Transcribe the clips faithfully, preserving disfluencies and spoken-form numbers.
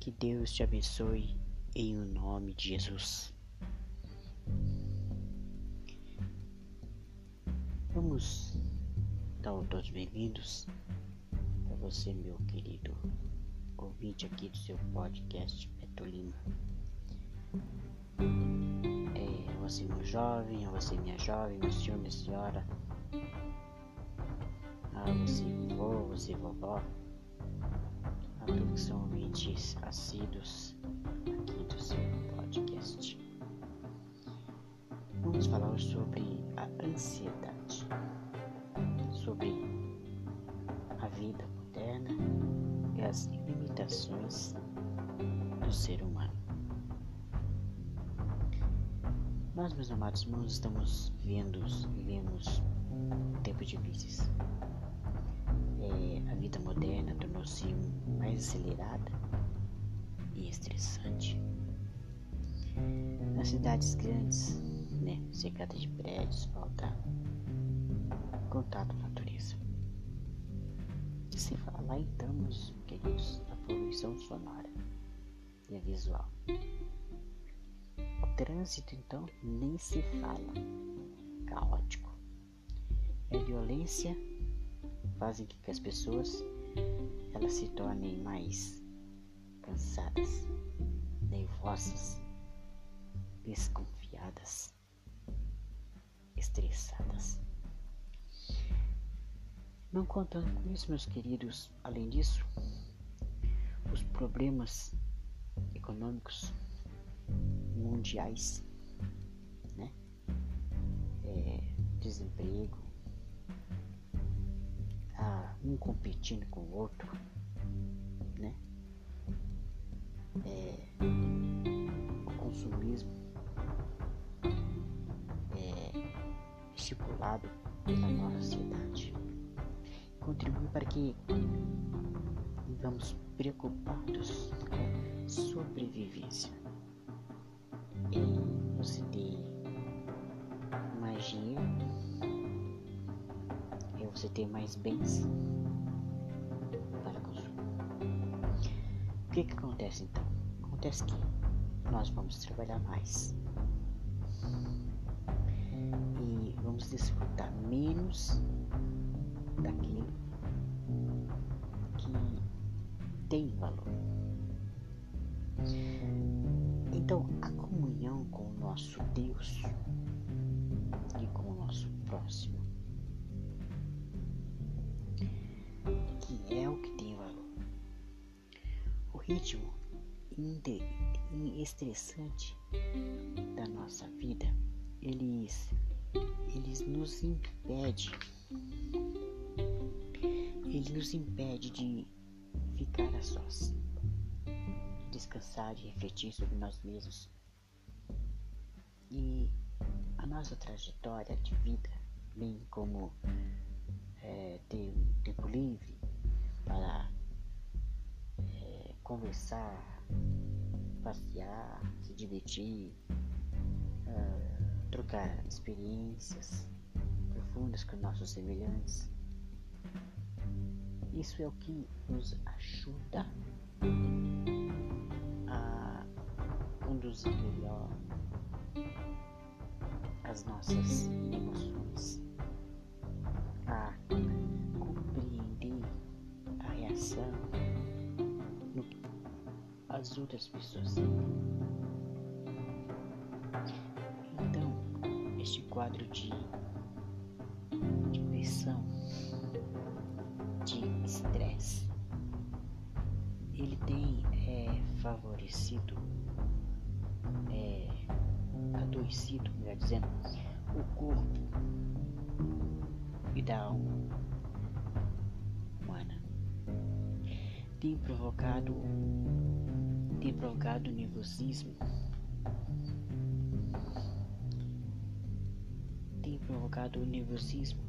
Que Deus te abençoe em o nome de Jesus. Vamos dar todos bem-vindos para você, meu querido ouvinte aqui do seu podcast Beto Lima. É, você, meu jovem, a você, minha jovem, meu senhor, minha senhora, a você, vô, você, vovó, a todos que são ouvintes assíduos aqui do seu podcast. Vamos falar sobre a ansiedade, sobre a vida moderna e as limitações do ser humano. Nós, meus amados irmãos, estamos vivendo, vivemos um tempo de crises. É, a vida moderna tornou-se mais acelerada e estressante. Nas cidades grandes, né, cercadas de prédios, falta contato com a natureza. Se falar então, meus queridos, a poluição sonora e a visual. O trânsito, então, nem se fala. Caótico. E a violência fazem com que as pessoas elas se tornem mais cansadas, nervosas, desconfiadas, estressadas. Não contando com isso, meus queridos, além disso, os problemas econômicos mundiais, né? É, desemprego, ah, um competindo com o outro, né? É, o consumismo é estipulado pela nossa sociedade contribui para que vivamos preocupados com sobrevivência. E você ter mais dinheiro, e você ter mais bens para consumir. O que que acontece então? Acontece que nós vamos trabalhar mais e vamos desfrutar menos daquilo que tem valor. Então, a comunhão com o nosso Deus e com o nosso próximo, que é o que tem valor. O ritmo estressante da nossa vida, eles, eles nos impede ele nos impede de ficar a sós, de descansar, de refletir sobre nós mesmos. E a nossa trajetória de vida, bem como é, ter um tempo livre para é, conversar, passear, se divertir, uh, trocar experiências profundas com nossos semelhantes. Isso é o que nos ajuda a conduzir melhor as nossas emoções, a compreender a reação no que as outras pessoas sentem. Então, este quadro de, de pressão, de estresse, ele tem é, favorecido, é, adoecido, melhor dizendo, o corpo e da alma humana. Tem provocado, tem provocado nervosismo, tem provocado o nervosismo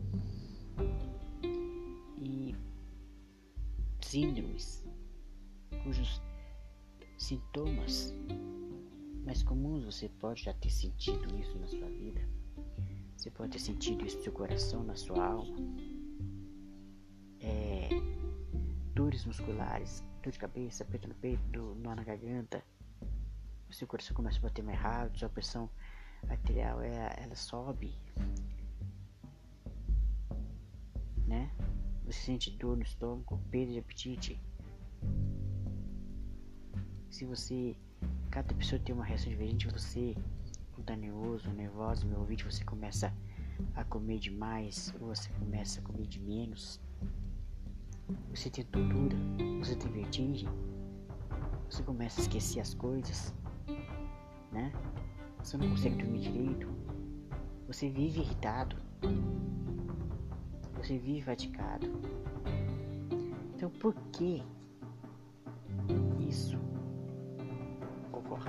e síndromes cujos sintomas mais comuns você pode já ter sentido isso na sua vida. Você pode ter sentido isso no seu coração, na sua alma. É, dores musculares dor de cabeça, aperto no peito, nó na garganta, o seu coração começa a bater mais rápido, sua pressão arterial ela, ela sobe, né? Você sente dor no estômago, perda de apetite. Se você, cada pessoa tem uma reação diferente, você tá nervoso, nervosa, meu ouvido, você começa a comer demais, ou você começa a comer de menos. Você tem tontura, você tem vertigem, você começa a esquecer as coisas, né? Você não consegue dormir direito, você vive irritado, você vive fatigado. Então por que isso ocorre?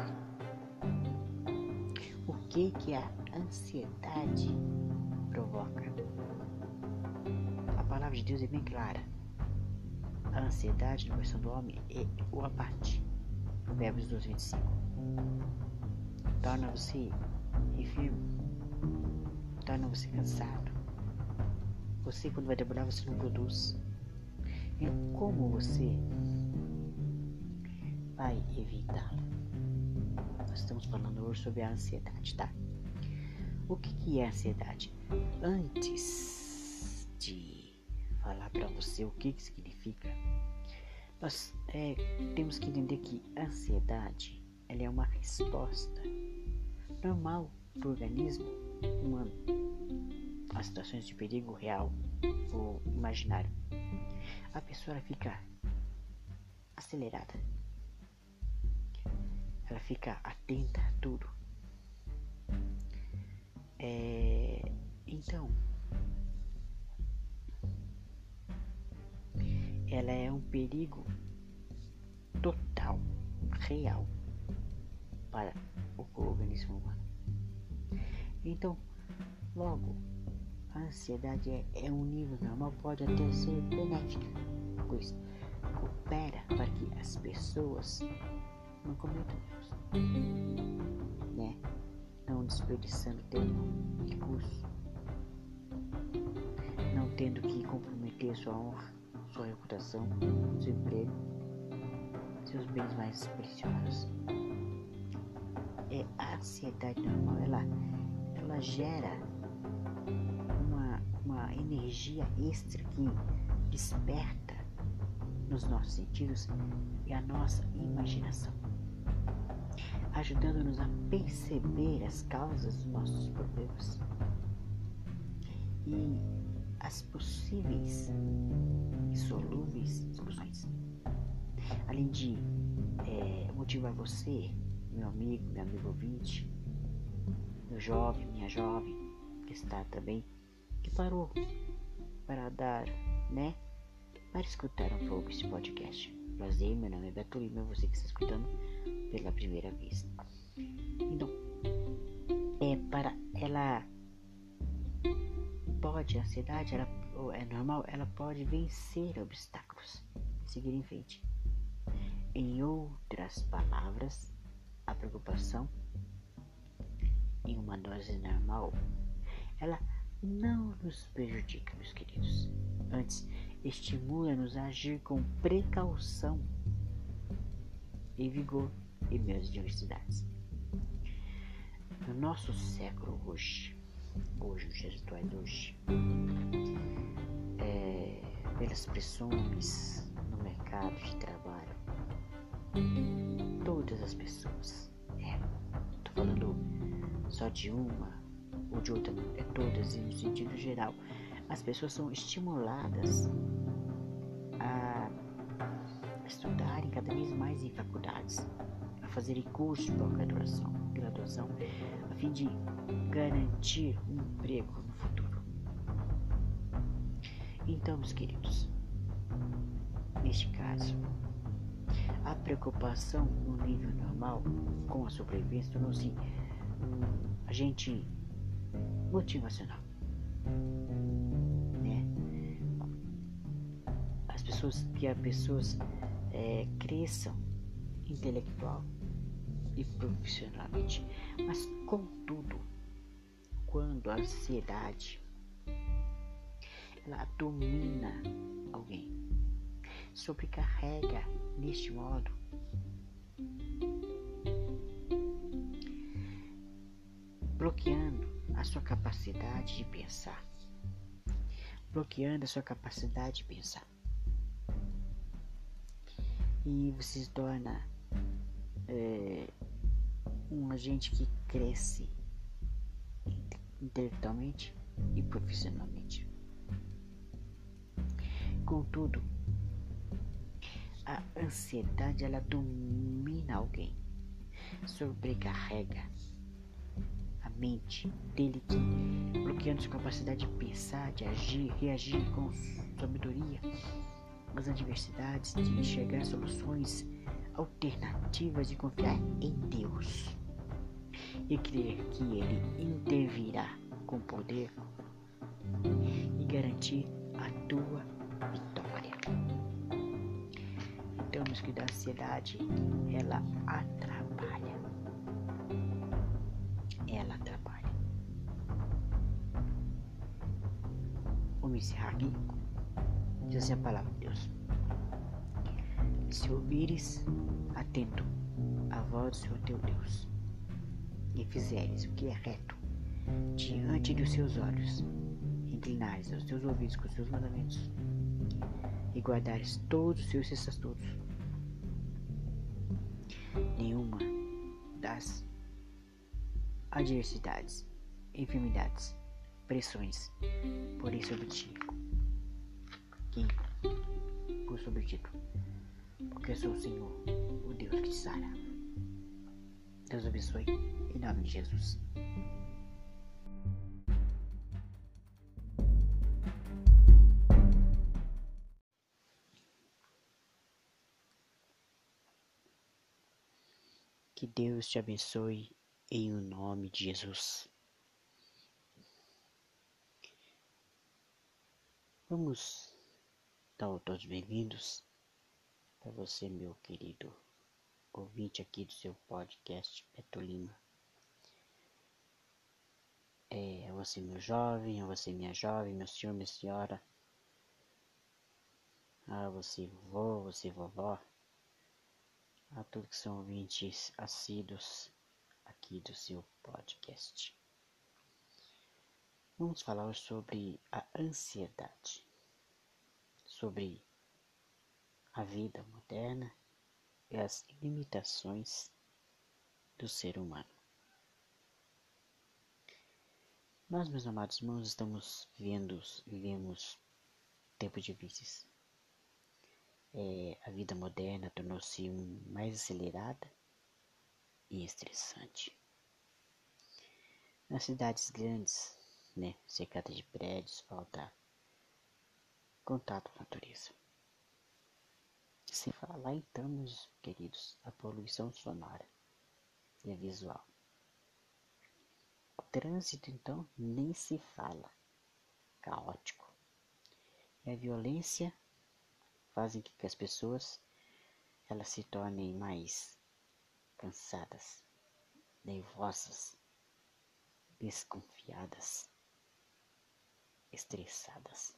O que que a ansiedade provoca? A palavra de Deus é bem clara. A ansiedade no coração do homem é o abate. Provérbios doze, vinte e cinco. Torna você enfermo. Torna você cansado. Você, quando vai trabalhar, você não produz. E como você vai evitá-lo? Nós estamos falando hoje sobre a ansiedade, tá? O que que é ansiedade? Antes de falar para você o que que significa, nós é, temos que entender que a ansiedade ela é uma resposta normal do organismo humano a situações de perigo real ou imaginário. A pessoa ela fica acelerada, ela fica atenta a tudo. É, então ela é um perigo total, real para o organismo humano. Então, logo, a ansiedade é, é um nível normal, pode até ser benéfica, pois coopera para que as pessoas não cometam erros, né? Não desperdiçando tempo e recursos, não tendo que comprometer sua honra, sua reputação, seu emprego, seus bens mais preciosos. É a ansiedade normal, ela, ela gera uma, uma energia extra que desperta nos nossos sentidos e a nossa imaginação, ajudando-nos a perceber as causas dos nossos problemas e as possíveis e solúveis soluções. Além de é, motivar você, meu amigo, meu amigo ouvinte, meu jovem, minha jovem, que está também, que parou para dar, né, para escutar um pouco esse podcast. Prazer, meu nome é Beto Lima, você que está escutando pela primeira vez. Então, é para ela pode, a ansiedade, ela é normal, ela pode vencer obstáculos, seguir em frente. Em outras palavras, a preocupação em uma dose normal, ela não nos prejudica, meus queridos. Antes, estimula-nos a agir com precaução e vigor em meio às adversidades. No nosso século hoje, hoje, os dias atuais hoje, é, pelas pressões no mercado de trabalho, todas as pessoas, é, tô falando só de uma ou de outra, é todas, e no sentido geral, as pessoas são estimuladas a estudarem cada vez mais em faculdades, a fazerem cursos de pós-graduação, graduação, a fim de garantir um emprego no futuro. Então, meus queridos, neste caso, a preocupação no nível normal com a sobrevivência tornou-se um agente motivacional, né? As pessoas que as pessoas é, cresçam intelectual e profissionalmente, mas contudo, quando a ansiedade ela domina alguém, sobrecarrega neste modo. Bloqueando a sua capacidade de pensar. Bloqueando a sua capacidade de pensar. E você se torna é, um agente que cresce intelectualmente e profissionalmente. Contudo, a ansiedade ela domina alguém, sobrecarrega a mente dele, que bloqueando sua capacidade de pensar, de agir, reagir com sabedoria às adversidades, de enxergar soluções alternativas e confiar em Deus e crer que Ele intervirá com poder e garantir a tua vitória. Então, meus queridos, a ansiedade, ela atrapalha. Ela atrapalha. Vamos encerrar aqui. Diz assim a palavra de Deus. Se ouvires atento a voz do Senhor teu Deus, e fizeres o que é reto diante dos seus olhos, inclinares aos teus ouvidos com os seus mandamentos, e guardares todos os seus estatutos, nenhuma das adversidades, enfermidades, pressões, porém sobre ti, que por sobre ti, porque eu sou o Senhor, o Deus que te sara. Deus abençoe, em nome de Jesus. Que Deus te abençoe, em o nome de Jesus. Vamos dar todos bem-vindos para você, meu querido ouvinte aqui do seu podcast Beto Lima. É você, meu jovem, é você, minha jovem, meu senhor, minha senhora, a você, vovô, você, vovó, a todos que são ouvintes assíduos aqui do seu podcast. Vamos falar sobre a ansiedade, sobre a vida moderna e as limitações do ser humano. Nós, meus amados irmãos, estamos vivendo, vivemos tempos difíceis. É, a vida moderna tornou-se mais acelerada e estressante. Nas cidades grandes, né, cercada de prédios, falta contato com a natureza. Sem falar então, meus queridos, a poluição sonora e visual. O trânsito, então, nem se fala, caótico. E a violência fazem com que as pessoas elas se tornem mais cansadas, nervosas, desconfiadas, estressadas.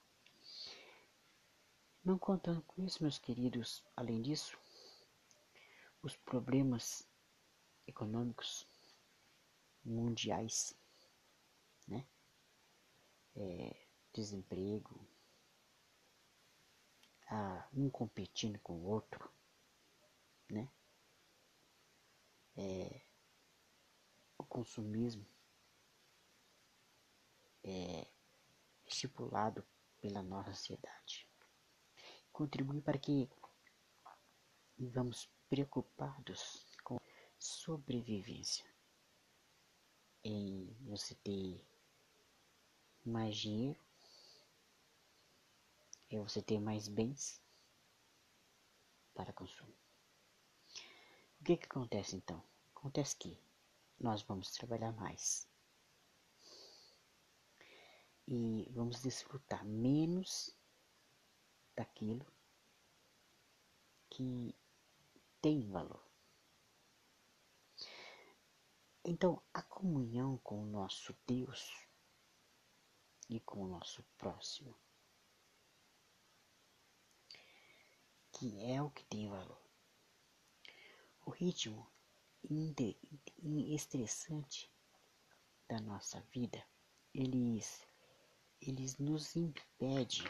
Não contando com isso, meus queridos, além disso, os problemas econômicos mundiais, né? É, desemprego, a, um competindo com o outro, né? É, o consumismo é estipulado pela nossa sociedade. Contribui para que vivamos preocupados com sobrevivência, em você ter mais dinheiro, é você ter mais bens para consumo. O que que acontece então? Acontece que nós vamos trabalhar mais e vamos desfrutar menos daquilo que tem valor. Então, a comunhão com o nosso Deus e com o nosso próximo que é o que tem valor. O ritmo estressante da nossa vida, eles, eles nos impede,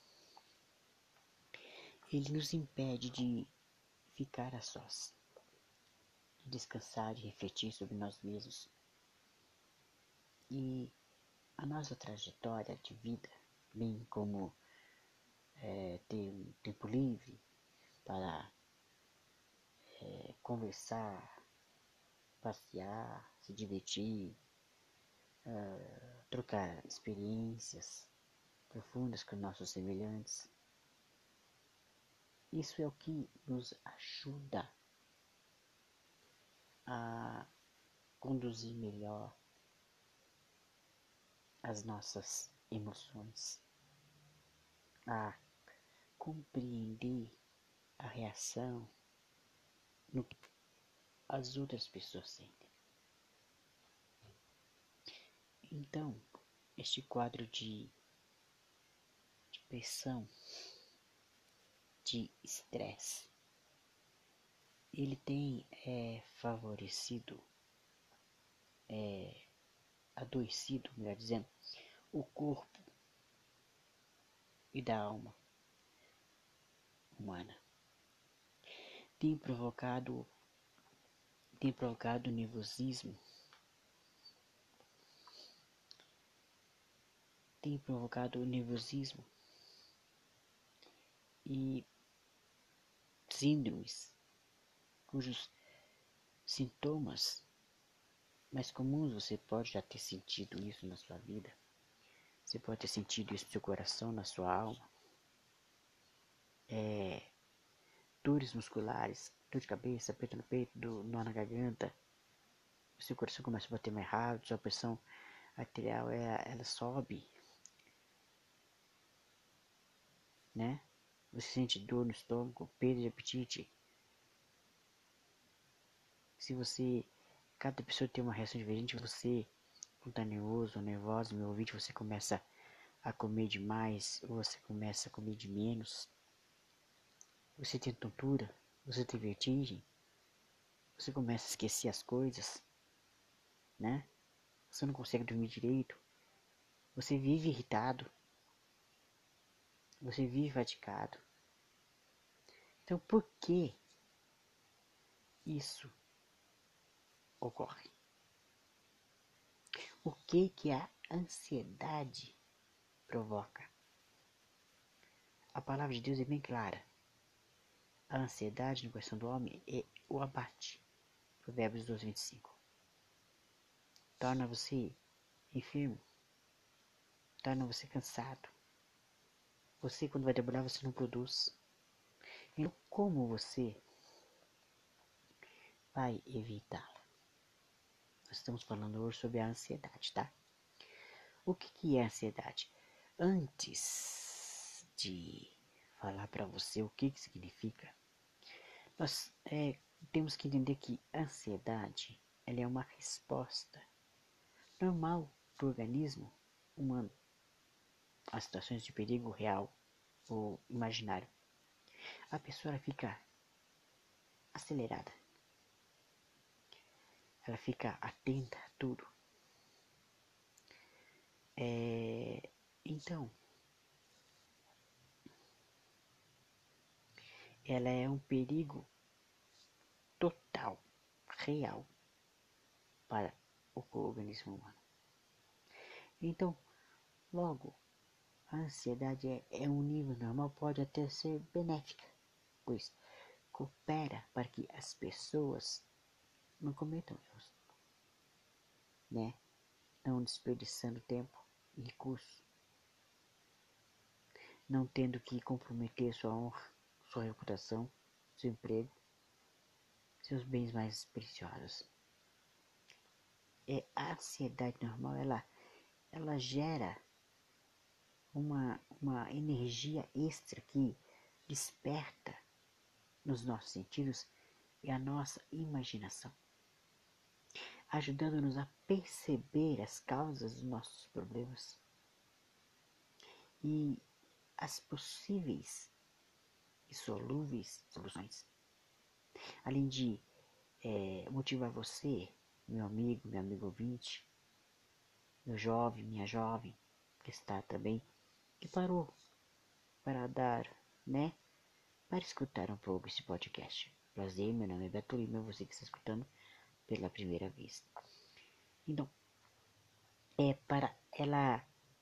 ele nos impede de ficar a sós, de descansar, de refletir sobre nós mesmos. E a nossa trajetória de vida, bem como é, ter um tempo livre para é, conversar, passear, se divertir, uh, trocar experiências profundas com nossos semelhantes. Isso é o que nos ajuda a conduzir melhor as nossas emoções, a compreender a reação no que as outras pessoas sentem. Então, este quadro de, de pressão, de estresse, ele tem é, favorecido, é, adoecido, melhor dizendo, o corpo e da alma humana. Tem provocado, tem provocado nervosismo, tem provocado nervosismo e síndromes cujos sintomas mais comuns você pode já ter sentido isso na sua vida. Você pode ter sentido isso no seu coração, na sua alma. É, dores musculares, dor de cabeça, aperto no peito, do, nó na garganta. O seu coração começa a bater mais rápido, sua pressão arterial ela, ela sobe, né? Você sente dor no estômago, perda de apetite. Se você, cada pessoa tem uma reação diferente, você, quando tá nervoso ou nervosa, meu ouvinte, você começa a comer demais, ou você começa a comer de menos. Você tem tontura, você tem vertigem, você começa a esquecer as coisas, né? Você não consegue dormir direito, você vive irritado, você vive fatigado. Então, por que isso ocorre? O que que a ansiedade provoca? A palavra de Deus é bem clara. A ansiedade no coração do homem é o abate. Provérbios doze, vinte e cinco. Torna você enfermo. Torna você cansado. Você, quando vai trabalhar, você não produz. Então, como você vai evitá-la? Nós estamos falando hoje sobre a ansiedade, tá? O que que é ansiedade? Antes de falar para você o que que significa, nós é, temos que entender que a ansiedade ela é uma resposta normal do organismo humano a situações de perigo real ou imaginário. A pessoa ela fica acelerada, ela fica atenta a tudo. É, então, ela é um perigo total, real, para o organismo humano. Então, logo, a ansiedade é, é um nível normal, pode até ser benéfica, pois coopera para que as pessoas não cometam erros, né? Não desperdiçando tempo e recursos, não tendo que comprometer sua honra, sua reputação, seu emprego, seus bens mais preciosos. É, a ansiedade normal, ela, ela gera uma, uma energia extra que desperta nos nossos sentidos e a nossa imaginação, ajudando-nos a perceber as causas dos nossos problemas e as possíveis e solúveis soluções. Além de é, motivar você, meu amigo, meu amigo ouvinte, meu jovem, minha jovem, que está também, que parou para dar, né, para escutar um pouco esse podcast. Prazer, meu nome é Beto Lima, você que está escutando pela primeira vez. Então, é para ela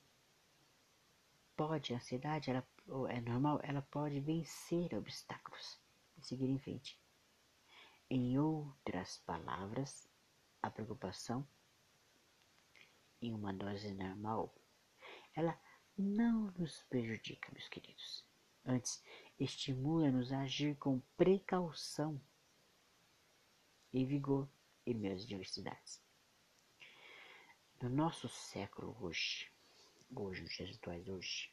pode, a ansiedade, ela é normal, ela pode vencer obstáculos e seguir em frente. Em outras palavras, a preocupação, em uma dose normal, ela não nos prejudica, meus queridos. Antes, estimula-nos a agir com precaução e vigor em meio às adversidades. No nosso século hoje, hoje, nos dias atuais hoje,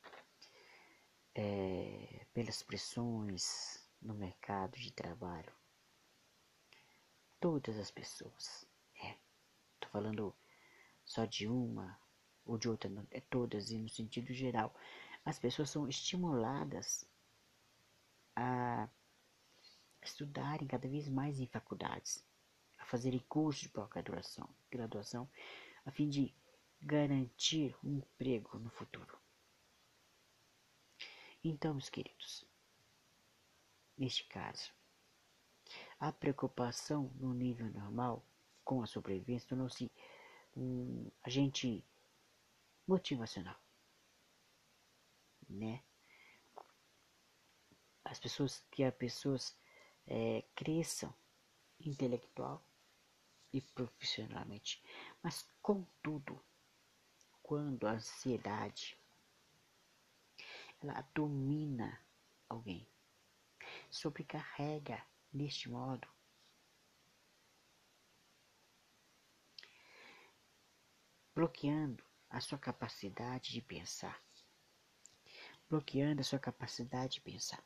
é, pelas pressões no mercado de trabalho, todas as pessoas, é, tô falando só de uma ou de outra, é todas e no sentido geral, as pessoas são estimuladas a estudarem cada vez mais em faculdades, a fazerem cursos de pós-graduação, graduação, a fim de garantir um emprego no futuro. Então, meus queridos, neste caso, a preocupação no nível normal com a sobrevivência tornou-se um agente motivacional, né? As pessoas que as pessoas é, cresçam intelectual e profissionalmente, mas contudo, quando a ansiedade ela domina alguém, sobrecarrega neste modo, bloqueando a sua capacidade de pensar, bloqueando a sua capacidade de pensar.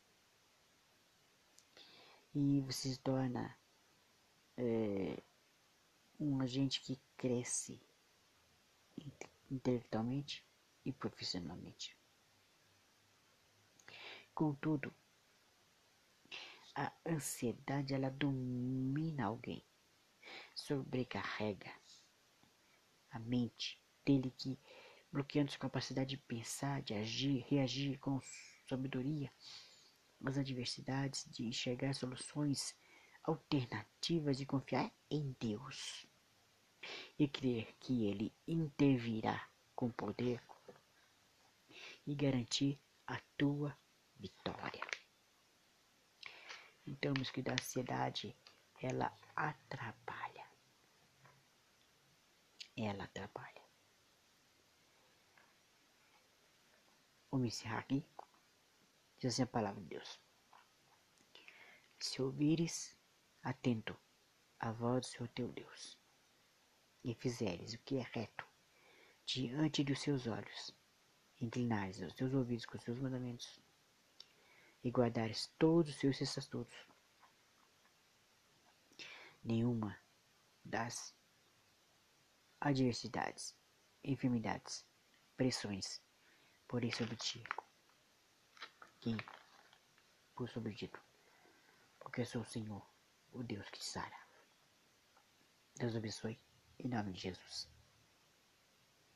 E você se torna é, um agente que cresce intelectualmente e profissionalmente. Contudo, a ansiedade ela domina alguém, sobrecarrega a mente dele, que bloqueando sua capacidade de pensar, de agir, reagir com sabedoria às adversidades, de enxergar soluções alternativas e confiar em Deus e crer que Ele intervirá com poder e garantir a tua vitória. Então, meus queridos, a ansiedade, ela atrapalha. Ela atrapalha. Vamos encerrar aqui. Diz assim a palavra de Deus. Se ouvires atento a voz do Senhor teu Deus, e fizeres o que é reto diante dos seus olhos, inclinares os teus ouvidos com os seus mandamentos, e guardares todos os seus estatutos, nenhuma das adversidades, enfermidades, pressões, porém sobre ti, quem por sobre ti, porque eu sou o Senhor, o Deus que te sara. Deus abençoe, em nome de Jesus.